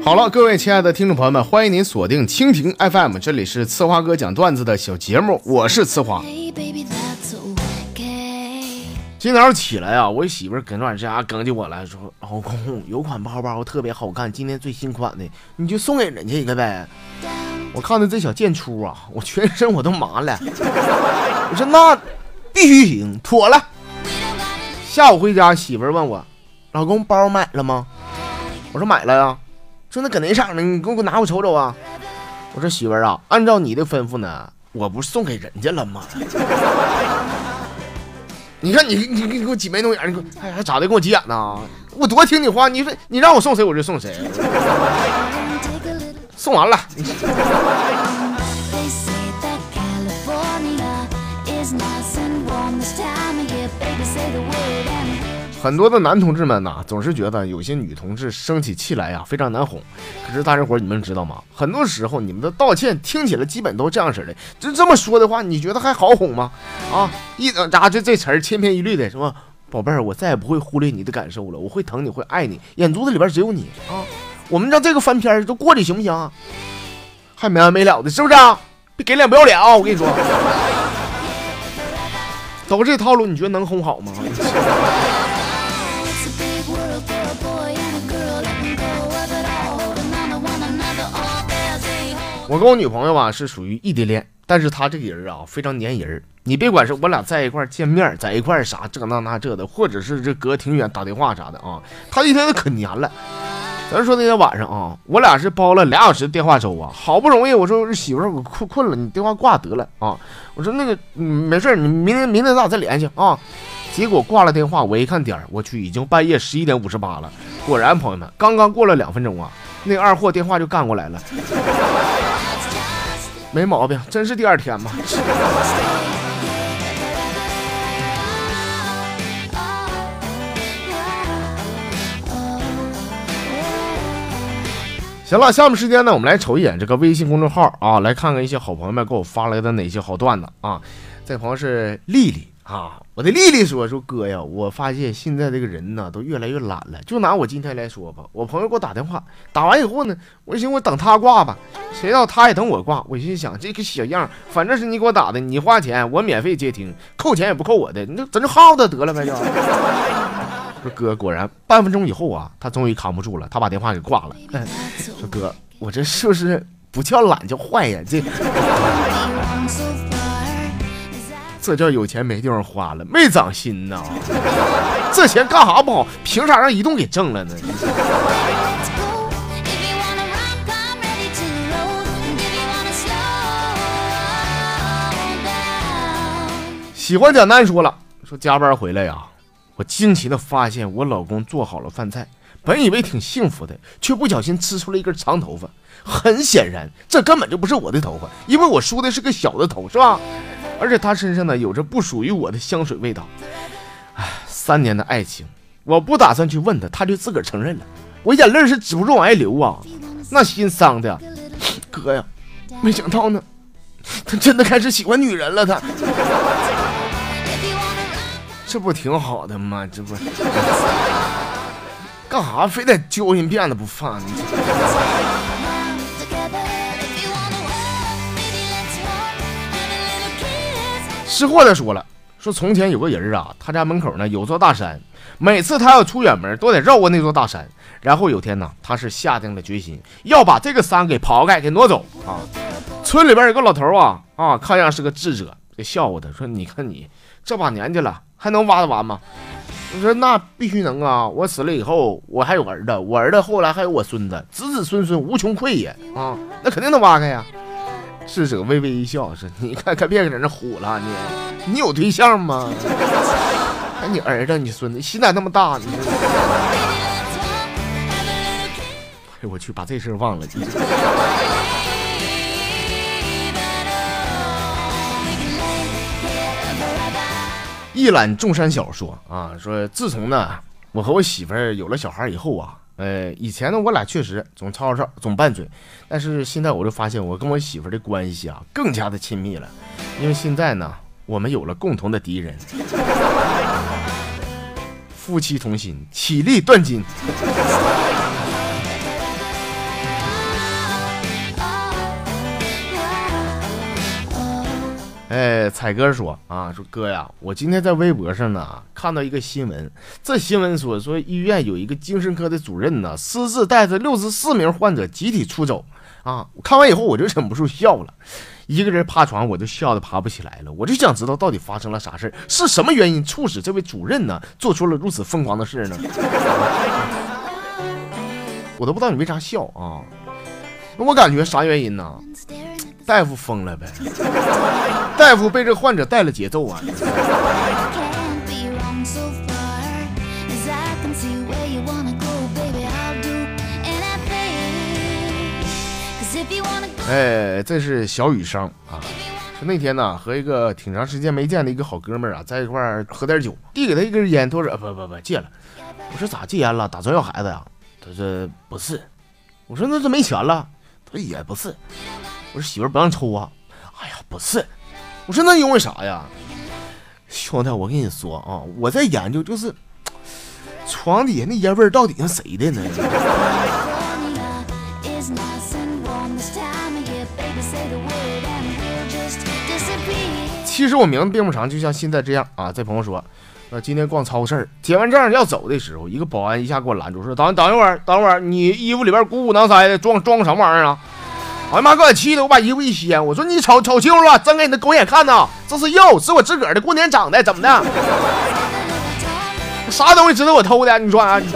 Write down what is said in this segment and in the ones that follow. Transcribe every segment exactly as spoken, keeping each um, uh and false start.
好了，各位亲爱的听众朋友们，欢迎您锁定蜻蜓 F M， 这里是呲花哥讲段子的小节目，我是呲花。今天早上起来啊，我媳妇儿跟那家梗起我来说，老公有款包包特别好看，今天最新款的，你就送给人家一个呗。我看到这小贱出啊，我全身我都麻了。我说那必须行，妥了。下午回家，媳妇儿问我，老公包买了吗？我说买了呀。说那搁哪场呢？你给我拿我瞅瞅啊！我说媳妇儿啊，按照你的吩咐呢，我不是送给人家了吗？你看你你你给我挤眉弄眼，你给我还还咋的？给我急眼呢？我多听你话，你说你让我送谁我就送谁。送完了。很多的男同志们呐、啊，总是觉得有些女同志生起气来呀、啊、非常难哄。可是大家伙你们知道吗？很多时候你们的道歉听起来基本都这样式的，就这么说的话，你觉得还好哄吗？啊，一整扎就这词儿千篇一律的，什么宝贝儿，我再也不会忽略你的感受了，我会疼你，会爱你，眼珠子里边只有你啊！我们让这个翻篇都过去行不行啊？还没完没了的，是不是啊？别给脸不要脸啊！我跟你说，都这套路，你觉得能哄好吗？我跟我女朋友啊是属于异地恋，但是她这个人啊非常粘人。你别管是我俩在一块见面，在一块啥这那那这的，或者是这隔挺远打电话啥的啊，她一天都可粘了。咱说那天晚上啊，我俩是包了俩小时的电话粥啊，好不容易我说媳妇儿我困困了，你电话挂得了啊。我说那个嗯没事，你明天明天咱俩再联系啊。结果挂了电话，我一看点儿，我去已经半夜十一点五十八了。果然朋友们，刚刚过了两分钟啊，那个二货电话就干过来了。没毛病，真是第二天嘛。行了，下面时间呢，我们来瞅一眼这个微信公众号啊，来看看一些好朋友们给我发来的哪些好段子啊。这朋友是丽丽啊，我的丽丽说说哥呀，我发现现在这个人呢都越来越懒了。就拿我今天来说吧，我朋友给我打电话，打完以后呢，我寻思我等他挂吧，谁知道他也等我挂。我心想这个小样，反正是你给我打的，你花钱我免费接听，扣钱也不扣我的，你就整就耗的得了呗就。说哥，果然半分钟以后啊，他终于扛不住了，他把电话给挂了。说哥，我这是不是不叫懒叫坏呀？这这叫有钱没地方花了，没长心呐！这钱干啥不好？凭啥让移动给挣了呢？喜欢简单说了，说加班回来呀，我惊奇的发现我老公做好了饭菜，本以为挺幸福的，却不小心吃出了一根长头发。很显然，这根本就不是我的头发，因为我梳的是个小的头，是吧？而且他身上呢有着不属于我的香水味道。唉，三年的爱情，我不打算去问他，他就自个儿承认了。我眼泪是止不住往外流啊，那心伤的，哥呀，没想到呢，他真的开始喜欢女人了。他，这不挺好的吗？这不干啥非得揪人辫子不放？吃货的说了，说从前有个人啊，他家门口呢有座大山，每次他要出远门都得绕过那座大山。然后有天呢，他是下定了决心要把这个山给刨开给挪走啊。村里边有个老头啊啊，看样是个智者，就笑话他说：“你看你这把年纪了，还能挖得完吗？”我说：“那必须能啊！我死了以后，我还有儿子，我儿子后来还有我孙子，子子孙孙无穷匮也啊，那肯定能挖开呀。”智者微微一笑说：“你看看，别搁这虎了，你你有对象吗？哎，你儿子你孙子心胆那么大，你哎我去，把这事忘了。”一览众山小说啊，说自从呢我和我媳妇儿有了小孩以后啊，呃，以前呢我俩确实总吵吵总拌嘴，但是现在我就发现我跟我媳妇儿的关系啊更加的亲密了，因为现在呢我们有了共同的敌人，夫妻同心，其利断金。 哎，彩哥说啊，说哥呀，我今天在微博上呢看到一个新闻，这新闻说说医院有一个精神科的主任呢，私自带着六十四名患者集体出走啊！我看完以后我就忍不住笑了，一个人趴床我就笑得爬不起来了。我就想知道到底发生了啥事，是什么原因促使这位主任呢做出了如此疯狂的事呢？我都不知道你为啥笑啊？我感觉啥原因呢？大夫疯了呗，大夫被这患者带了节奏啊。哎，这是小雨生啊，说那天呢和一个挺长时间没见的一个好哥们儿啊在一块儿喝点酒，递给他一根烟，他说不不不戒了。我说咋戒烟了？打算要孩子呀？他说不是。我说那这没钱了？他说也不是。我说媳妇儿不让抽啊？哎呀不是。我说那因为啥呀？兄弟，我跟你说啊，我在研究就是床底下那烟味到底是谁的呢？其实我名字并不长，就像现在这样啊。这朋友说，呃，今天逛超市，结完账要走的时候，一个保安一下给我拦住，说：“等等一会儿，等会儿，你衣服里边鼓鼓囊塞的，装装什么玩意儿啊？”哎呀妈，给我气的，我把衣服一掀，我说：“你瞅瞅清楚了，睁开你的狗眼看呐，这是肉，是我自个儿的，过年长的，怎么的？啥东西值得我偷的？你说啊？”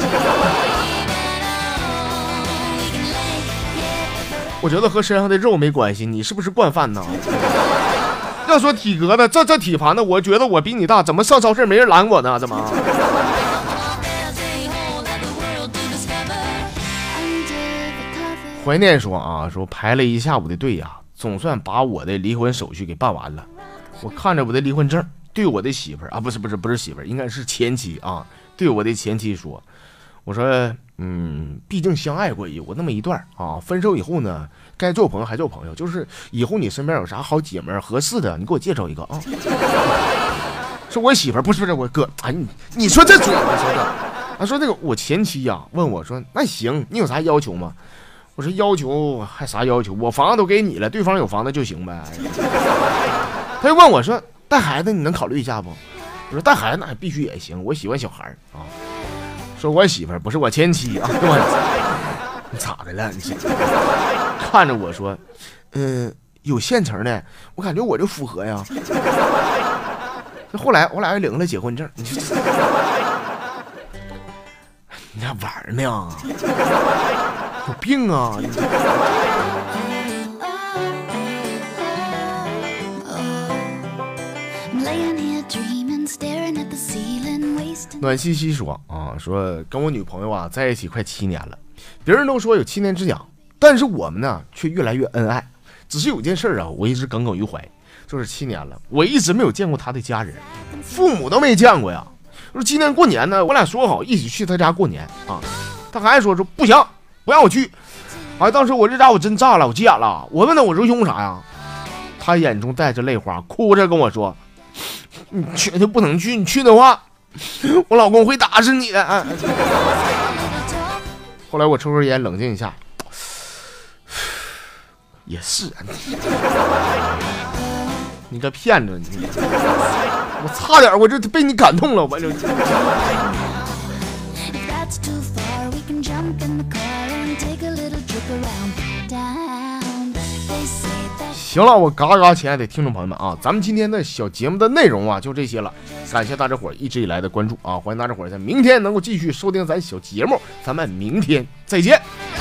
我觉得和身上的肉没关系，你是不是惯犯呢？要说体格的，这这体盘的，我觉得我比你大，怎么上超市没人拦我呢？怎么？怀念说啊，说排了一下午的队呀、啊，总算把我的离婚手续给办完了。我看着我的离婚证，对我的媳妇儿啊，不是不是不是媳妇儿，应该是前妻啊，对我的前妻说，我说，嗯，毕竟相爱过有过那么一段啊，分手以后呢，该做朋友还做朋友，就是以后你身边有啥好姐妹合适的，你给我介绍一个啊。说我媳妇儿不是不是我哥，哎你你说这嘴，我说的，他说那个我前妻呀、啊、问我说，那行，你有啥要求吗？我说要求还啥要求？我房子都给你了，对方有房子就行呗。他就问我说，带孩子你能考虑一下不？我说带孩子那必须也行，我喜欢小孩啊。说我媳妇儿不是我前妻啊，你咋的了？你看着我说，嗯、呃，有现成的，我感觉我就符合呀。后来我俩又领了结婚证，你说你俩玩呢？有病啊！你暖西西说啊，说跟我女朋友啊在一起快七年了，别人都说有七年之痒，但是我们呢却越来越恩爱。只是有件事啊，我一直耿耿于怀，就是七年了，我一直没有见过他的家人，父母都没见过呀。说今年过年呢，我俩说好一起去他家过年啊，他还说说不行，不让我去。哎，当时我这家伙真炸了，我急眼了。我问他，我说用啥呀？他眼中带着泪花，哭着跟我说：“你去就不能去，你去的话，我老公会打死你的。啊”后来我抽根烟，冷静一下，也是，你个骗子！你，我差点我就被你感动了，我就。行了，我嘎嘎亲爱的听众朋友们啊，咱们今天的小节目的内容啊就这些了，感谢大家伙一直以来的关注啊，欢迎大家伙在明天能够继续收听咱小节目，咱们明天再见。